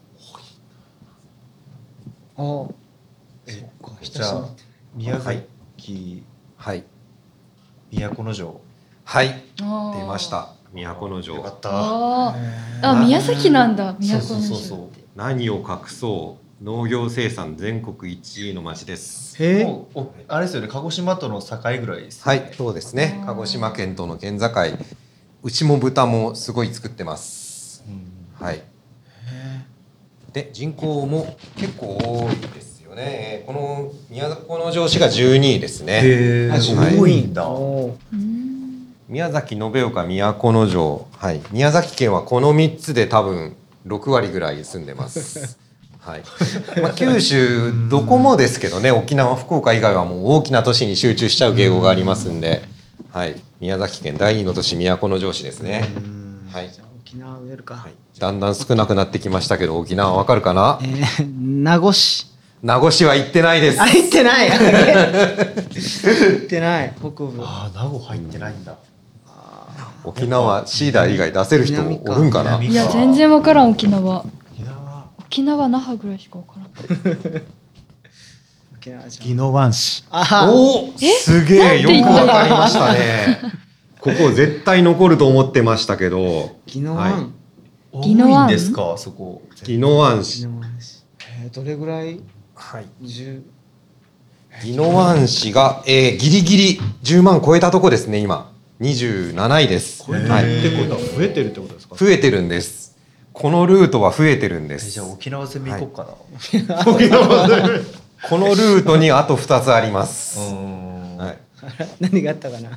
あえ、じゃあ宮崎、 はい。 都城。 はい。 あー出ました。 都城。 よかったあーあ、宮崎なんだ。 そう都城そうそうそう何を隠そう農業生産全国一位の町です。 へもうおあれですよね、鹿児島との境ぐらいですよね。 はい、そうですね。鹿児島県との県境、牛も豚もすごい作ってます。 うんはい。で人口も結構多いですよね。この都城市がじゅうにいですね。 へえ、 はい多いんだ。 おー宮崎延岡都城、はい、宮崎県はこのみっつで多分ろくわりぐらい住んでます。はいまあ、九州どこもですけどね、沖縄福岡以外はもう大きな都市に集中しちゃう傾向がありますんで、はい、宮崎県だいにの都市都城市ですね。はいじゃあ沖縄植えるか、 はい、だんだん少なくなってきましたけど沖縄わかるかな。 えー、名護市。 名護市は行ってないです。 あ、行ってない行ってない北部。 ああ、名護入ってないんだ。 沖縄シーダー以外出せる人おるんかな。 南いや全然わからん沖縄。 沖縄沖縄那覇ぐらいしかわからん。 沖縄じゃん宜野湾市。 あおお、すげえよくわかりましたね。ここ絶対残ると思ってましたけど、 宜野はい湾。 宜野湾多いんですか、そこ。 宜野湾宜市、 野湾市。えー、どれぐらい？ はい、 十。 宜野湾市が、えー、ギリギリじゅうまん超えたとこですね。今にじゅうなないです。 これはい、 ってことは増えてるってことですか。 増えてるんです。このルートは増えてるんです。 えじゃあ沖縄戦行こうかな。うこのルートにあとふたつあります。 ーん。 はい、 何があったかな。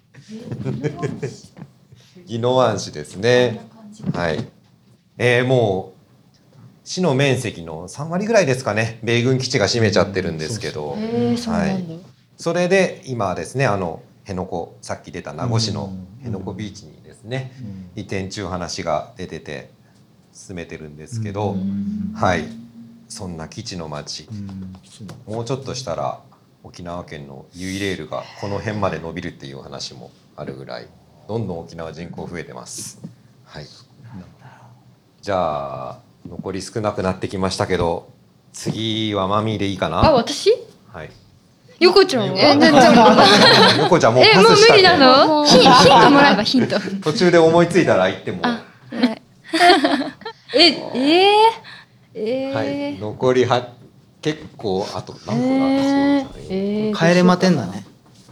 宜野湾市ですね。はい。えー、もう市の面積のさんわりぐらいですかね。米軍基地が占めちゃってるんですけど、 へえ、そうなんだ。 それで今ですね、あの辺野古、さっき出た名護市の辺野古ビーチにですね、移転中話が出てて進めてるんですけど、はい。そんな基地の町、もうちょっとしたら沖縄県のユイレールがこの辺まで伸びるっていう話もあるぐらい、どんどん沖縄人口増えてます。はい。じゃあ残り少なくなってきましたけど、次はマミーでいいかな。 あ、私？ はい。 ゆこちゃんは？ え、な、ちょ、 よこちゃんもうえ、もうパスした無理なの？ヒンヒントもらえばヒント。 途中で思いついたら言っても。 あ、はい。 え、えー、えー、 はい。残りは結構あと何個だ。 えー、えー、 帰れまてんだね。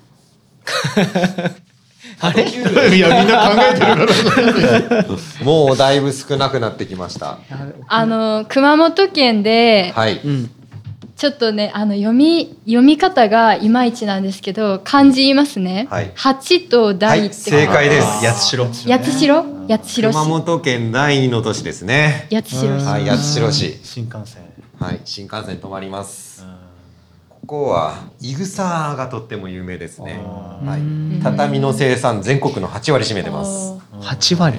あれ？ いやみんな考えてるから。 もうだいぶ少なくなってきました。 あの熊本県で、 はい。 うん。 ちょっとね、あの読み読み方がいまいちなんですけど、漢字言いますね。 はい八とはい、 大って。 正解です。 八代。 八代？八代熊市。 本県第二の都市ですね。 八代市。 はい、八代市。 新幹線。 はい、新幹線止まります。ここはいぐさがとっても有名ですね。はい、畳の生産全国のはちわり占めてます。 八割。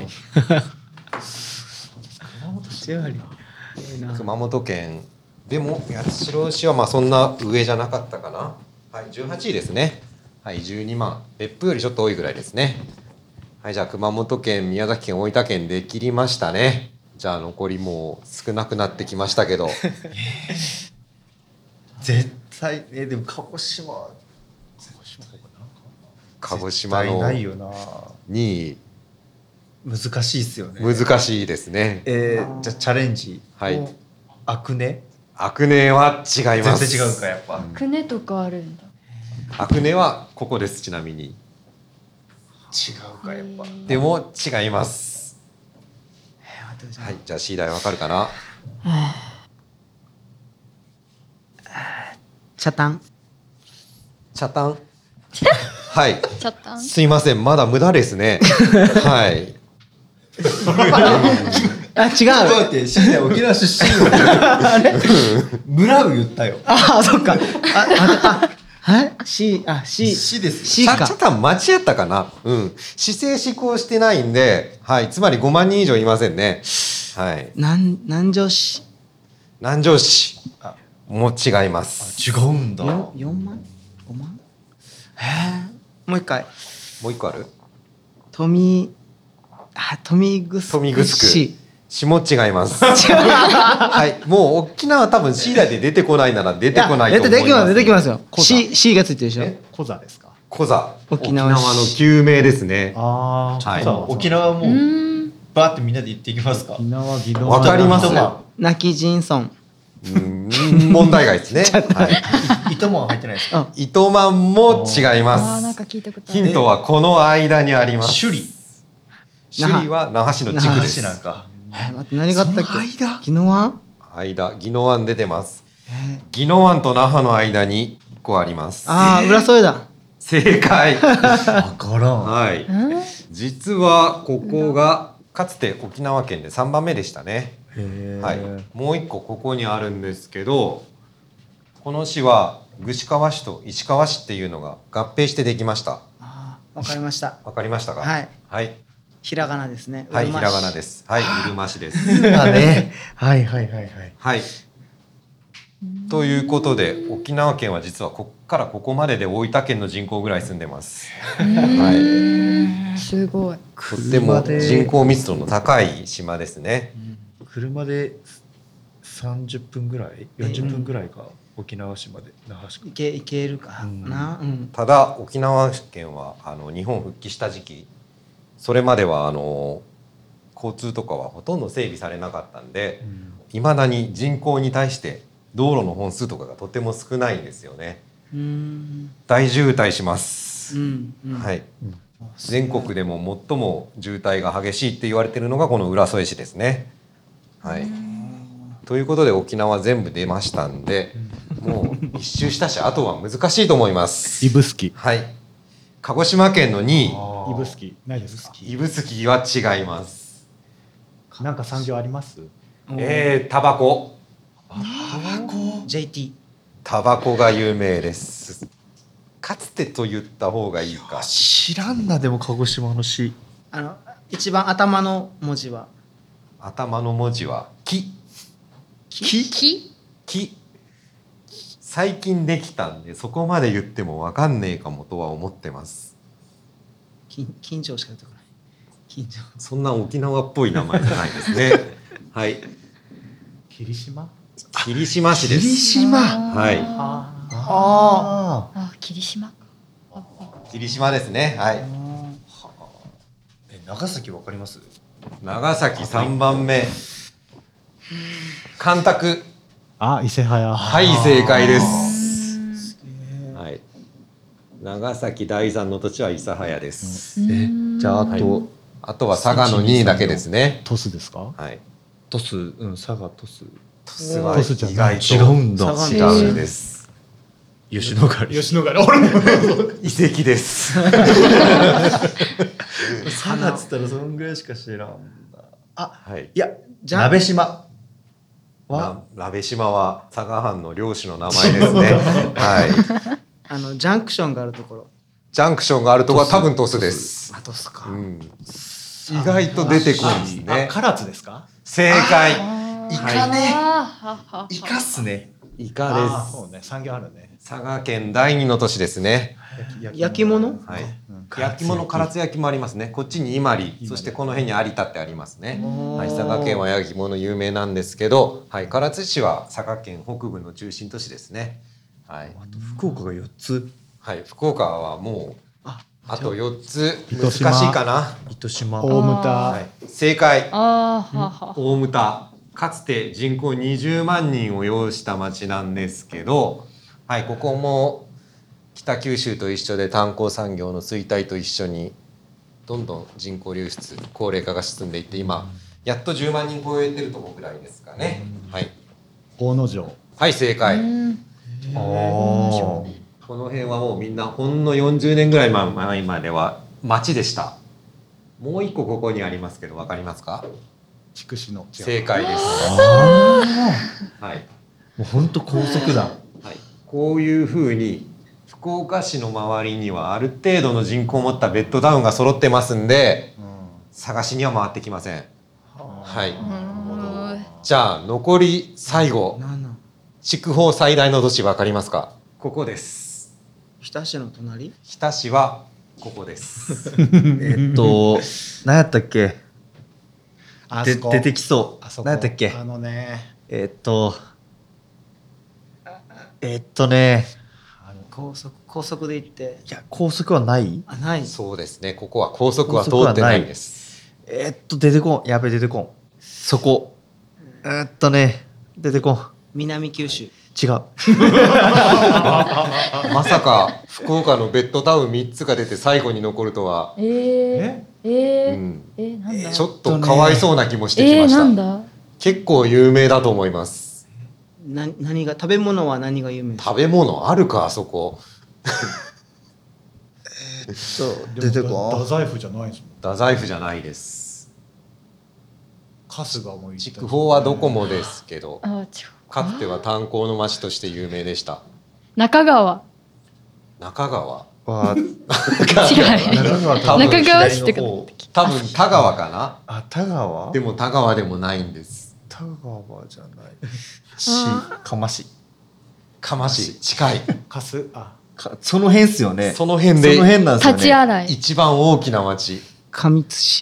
八割。いいな。 熊本県でも八代市はまあそんな上じゃなかったかな。はい、じゅうはちいですね。はい、じゅうにまん。別府よりちょっと多いぐらいですね。はい、じゃあ熊本県、宮崎県、大分県で切りましたね。じゃあ残りもう少なくなってきましたけど。 絶対えでも鹿児島鹿児島絶対ないのよな。 にい難しいっすよね。 難しいですね。 えー、じゃあチャレンジ。 はい。 アクネ。 アクネは違います。 全然違うかやっぱ。 くねとかあるんだ。 アクネはここですちなみに。 違うかやっぱ。 でも違います。はい、じゃあ C 大わかるかな。 茶炭。 茶炭。はい。 ちゃったん。 すいません、まだ無駄ですね。はい。 あ、違ちょっとう。 待って、シーダ沖縄出身よ。村を言ったよ。 あ、そっか。あ、あ、あ、はい。C、あ、C。 市ですよ。 C 茶か。 炭町やったかな。うん。市政施行してないんで、はい。つまりごまんにん以上いませんね。はい。 南、南城市。 南城市あも違います。 違うんだ。 四、四万。五万。へえ。もう一回。 もう一個ある？ 富。あ、富城市。 富城市市も違います。はい。もう沖縄多分 C 大で出てこないなら出てこないと思います。 出てきます、出てきますよ。 小座 C、C がついてるでしょ。 え小座ですか。 コザ、沖沖縄縄市の旧名ですね。 ああ、 はいそう沖縄もうーんバーってみんなで行っていきますか。 沖縄技能わかります糸泣き人村。 うーん問題外ですね。はい。 糸満入ってないですか。 糸満も違いあまーなんす。 か聞いたことあるヒントはこの間にあります。 首里。 首里は那覇市の地区です。 なんか。 え待って何があったっけ？ その間宜野湾？ 間、宜野湾出てます。宜野湾と那覇の間にいっこあります。 ああ浦添だ。 正解。 わからん。 はい。 うん実はここがかつて沖縄県でさんばんめでしたね。 へーはい。もう一個ここにあるんですけど、この市は串川市と石川市っていうのが合併してできました。 あーわかりました。 わかりましたか？ はい。 はい。 ひらがなですね。 はい、 うるま市ひらがなで。す。はい、うるま市です。 だね。はいはいはいはい。 はい。ということで、沖縄県は実はこっからここまでで大分県の人口ぐらい住んでます。はい。 すごい。 とっても車で人口密度の高い島ですね。 車でさんじゅっぷんぐらい、よんじゅっぷんぐらいか、沖縄市まで那覇市かいけいけるかうんな。うん。 ただ沖縄県はあの日本復帰した時期、それまではあの交通とかはほとんど整備されなかったんで、いまだに人口に対して道路の本数とかがとても少ないんですよね。 うーん。 大渋滞します。 うん。うん。 はい。全国でも最も渋滞が激しいって言われているのがこの浦添市ですね。はい。ということで沖縄全部出ましたんで、もう一周したしあとは難しいと思います。 指宿。 はい。鹿児島県のにい、 指宿ないですか？ 指宿は違います。 なんか産業あります？ えー、タバコ。 ジェイティー。 タバコが有名です。かつてと言った方がいいか。 知らんな。でも鹿児島の市。 あの一番頭の文字は頭の文字は木。 木。 木木。最近できたんでそこまで言ってもわかんねえかもとは思ってます。 金金城しか出てこない。金城。 そんな沖縄っぽい名前じゃないですね。はい。 霧島？ 霧島市です。 霧島。 はい。 あああ。 あ霧島か。 霧島ですね。はい。 え、長崎わかります？ 長崎さんばんめ。干拓。 あ、伊勢早。 はい、正解です。はい。長崎第三の土地は諫早です。 え、じゃああはいとあとは佐賀のにいだけですね。 鳥栖ですか？ はい。 鳥栖、うん、佐賀鳥栖。 鳥栖は鳥栖じゃ意ない外と違うんだ。 佐違賀うんです。 吉野ヶ里。 吉野ヶ里。俺も。 遺跡です。 佐賀っつったらそんぐらいしか知らんだ。あ、 はい。 いや、 じゃあ鍋島はな鍋島は佐賀藩の領主の名前ですね。はい。 あのジャンクションがあるところ。 ジャンクションがあるとこは多分鳥栖です。 あとすか。 うん。意外と出てこないですね。 唐津ですか？ 正解。 イカね。 あーははイカっすね。 イカあーです。 そうね、産業あるね。 佐賀県第二の都市ですね。 焼き物？ はい。 うん焼き物、唐津焼きもありますね。こっちに伊万里、そしてこの辺に有田ってありますね。はい、佐賀県は焼き物有名なんですけど、はい、唐津市は佐賀県北部の中心都市ですね。はい。 あと福岡がよっつ。 はい、福岡はもうああとよっつ難し糸島いかな。 糸島。 大牟田。 はい、正解。 あーはは大牟田。かつて人口にじゅうまんにんを要した町なんですけど、はい、ここも北九州と一緒で炭鉱産業の衰退と一緒にどんどん人口流出高齢化が進んでいって今やっとじゅうまんにん超えてるとこぐらいですかね。はい、 大野城。 はい、正解。 うんああ。 この辺はもうみんなほんのよんじゅうねんぐらい前までは町でした。もう一個ここにありますけど分かりますか？ 筑紫の。 正解です。 あはいあ。もう本当高速だ。 はい、こういうふうに福岡市の周りにはある程度の人口を持ったベッドタウンが揃ってますんで探しには回ってきません。はい、 うんじゃあ残り最後なんなん。 筑豊最大の都市分かりますか？ここです。 日田市の隣？ 日田市はここです。 えっと、何やったっけ？であそこ出てきそう。 あそこ何やったっけ？ あのね。 えっと、えっとね、 高速高速で行っていや高速はない。 あないそうですね。ここは高速は通ってないんです。 えー、っと出てこん。やべ出てこん。そこ。えー、っとね出てこん。 南九州。 違う。 まさか福岡のベッドタウンみっつが出て最後に残るとは、 えー、えー、 うん、 えー、なんだちょっとかわいそうな気もしてきえー、 ました。 なんだ結構有名だと思います。 な何が食べ物は何が有名ですか？ 食べ物あるかあそこ。 そうでも出てこん。 太宰府じゃないですもん。 太宰府じゃないです。 春日も行ったし筑豊はどこもですけど、 あ違うかつては炭鉱の町として有名でした。 中川中川。 わ違う中川多分中川市ってか左の方多分田川かな。 あ田川。 でも田川でもないんです。 田川じゃない。し釜市。 釜市近い。 かすあかその辺っすよね。 その辺でその辺なんですよね。 立ち洗い一番大きな町。 上津市。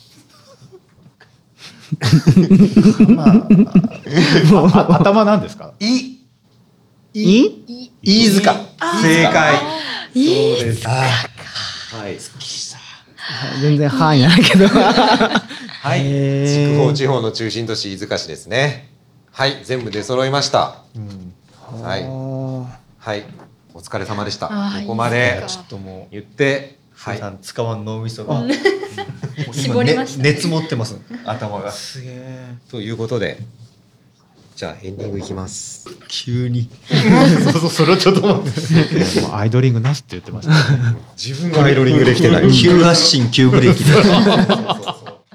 まああ頭なんですか？ いい飯塚。正解。 いいそうです。はい。 全然範囲あるけどはい。 へー筑豊地方の中心都市飯塚市ですね。はい、全部出揃いました。 うんはい。 あはい。お疲れ様でした。こあーこまで飯塚ちょっともう言って、ははいい。使わん脳みそがうん絞りましたね熱持ってます頭が。 ーすげえ。 ということで、じゃあエンディングいきます。 急に。そうそうそれをちょっと待って。 もうアイドリングなしって言ってましたね。 自分がアイドリングできてない。 急発進急ブレーキで。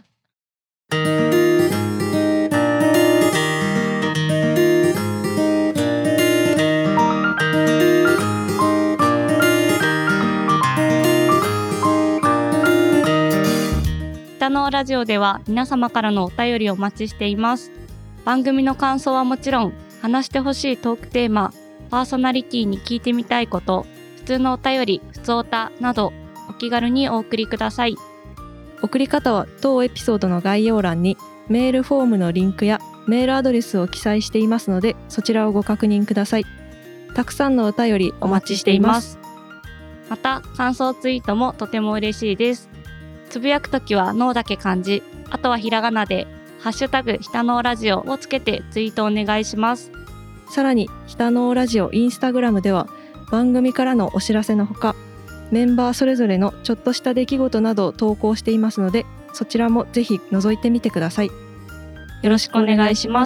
北のラジオでは皆様からのお便りをお待ちしています。番組の感想はもちろん、話してほしいトークテーマ、パーソナリティに聞いてみたいこと、普通のお便り、普通おたなどお気軽にお送りください。 送り方は当エピソードの概要欄にメールフォームのリンクやメールアドレスを記載していますので、そちらをご確認ください。たくさんのお便りお待ちしています。 また、感想ツイートもとても嬉しいです。つぶやくときは脳だけ漢字、あとはひらがなでハッシュタグひたのラジオをつけてツイートお願いします。 さらにひたのラジオインスタグラムでは番組からのお知らせのほか、メンバーそれぞれのちょっとした出来事などを投稿していますので、そちらもぜひ覗いてみてください。 よろしくお願いします。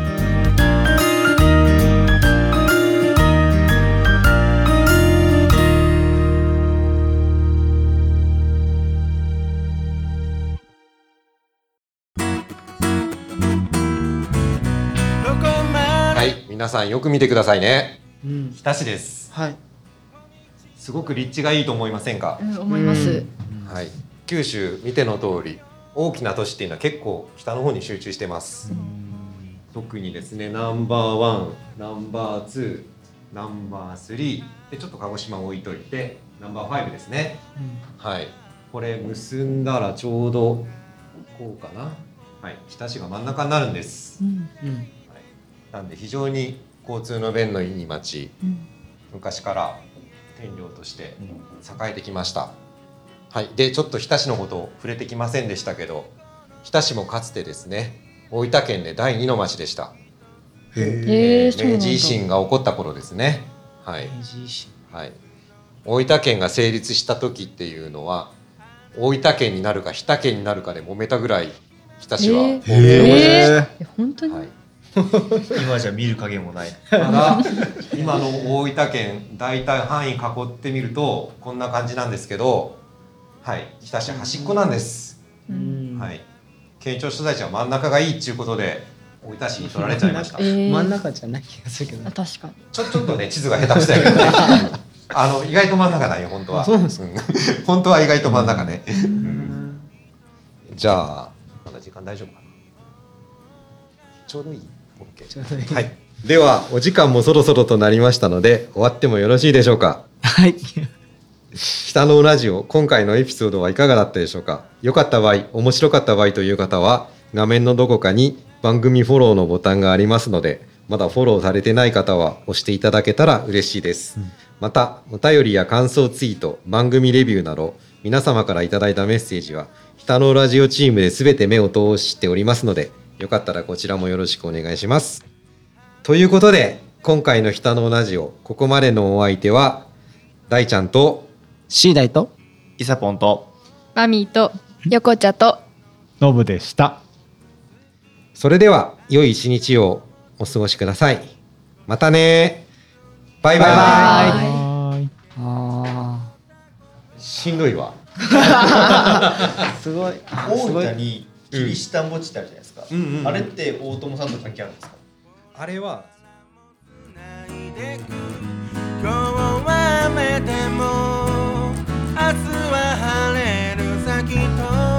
はい、皆さんよく見てくださいね。 うん日田市です。 はい。 すごく立地がいいと思いませんか。 うん、思います。 はい。九州見ての通り、大きな都市っていうのは結構北の方に集中してます。特にですね、ナンバーワン、ナンバーツー、ナンバースリーでちょっと鹿児島置いといて、ナンバーファイブですね。はい。これ結んだらちょうどこうかな。はい。日田市が真ん中になるんです。 うんうん。 なんで非常に交通の便のいい町、 うん昔から天領として栄えてきました。はい。でちょっと日田市のことを触れてきませんでしたけど、日田市もかつてですね、大分県でだいにの町でした。 へーそうなんだ明治維新が起こった頃ですね。はい。 明治維新。 はい。大分県が成立した時っていうのは、大分県になるか日田県になるかで揉めたぐらい日田市はへー大きな町でしえ本当に、 た。はい。 今じゃ見る影もない。 ただ今の大分県大体範囲囲ってみるとこんな感じなんですけど、はい日田市端っこなんです。 うんはい。県庁所在地は真ん中がいいっていうことで大分市に取られちゃいました。 えー真ん中じゃない気がするけどあ。確かにちょちょっとね地図が下手くそやけどね。あの意外と真ん中だよ本当は。 あそうなんですか。本当は意外と真ん中ね。 うんじゃあまだ時間大丈夫かな。ちょうどいい。OK。 ちょうどいいはい。ではお時間もそろそろとなりましたので終わってもよろしいでしょうか。 はい。 北のラジオ今回のエピソードはいかがだったでしょうか。良かった場合、面白かった場合という方は画面のどこかに番組フォローのボタンがありますので、まだフォローされてない方は押していただけたら嬉しいです。 またお便りや感想ツイート、番組レビューなど皆様からいただいたメッセージは北のラジオチームで全て目を通しておりますので、よかったらこちらもよろしくお願いします。ということで今回の北のラジオ、ここまでのお相手は大ちゃんとシーダイとイサポンとマミーと横茶とノブでした。 それでは良い一日をお過ごしください。またね。バイバイ。 バイバイはーい。 あしんどいわ。 ーすごいすごい大分にキリシタン墓地ってあるじゃないですか、 うんうんうんあれって大友さんと関係あるんですか？ あれは今日は雨でも明日は晴れる先と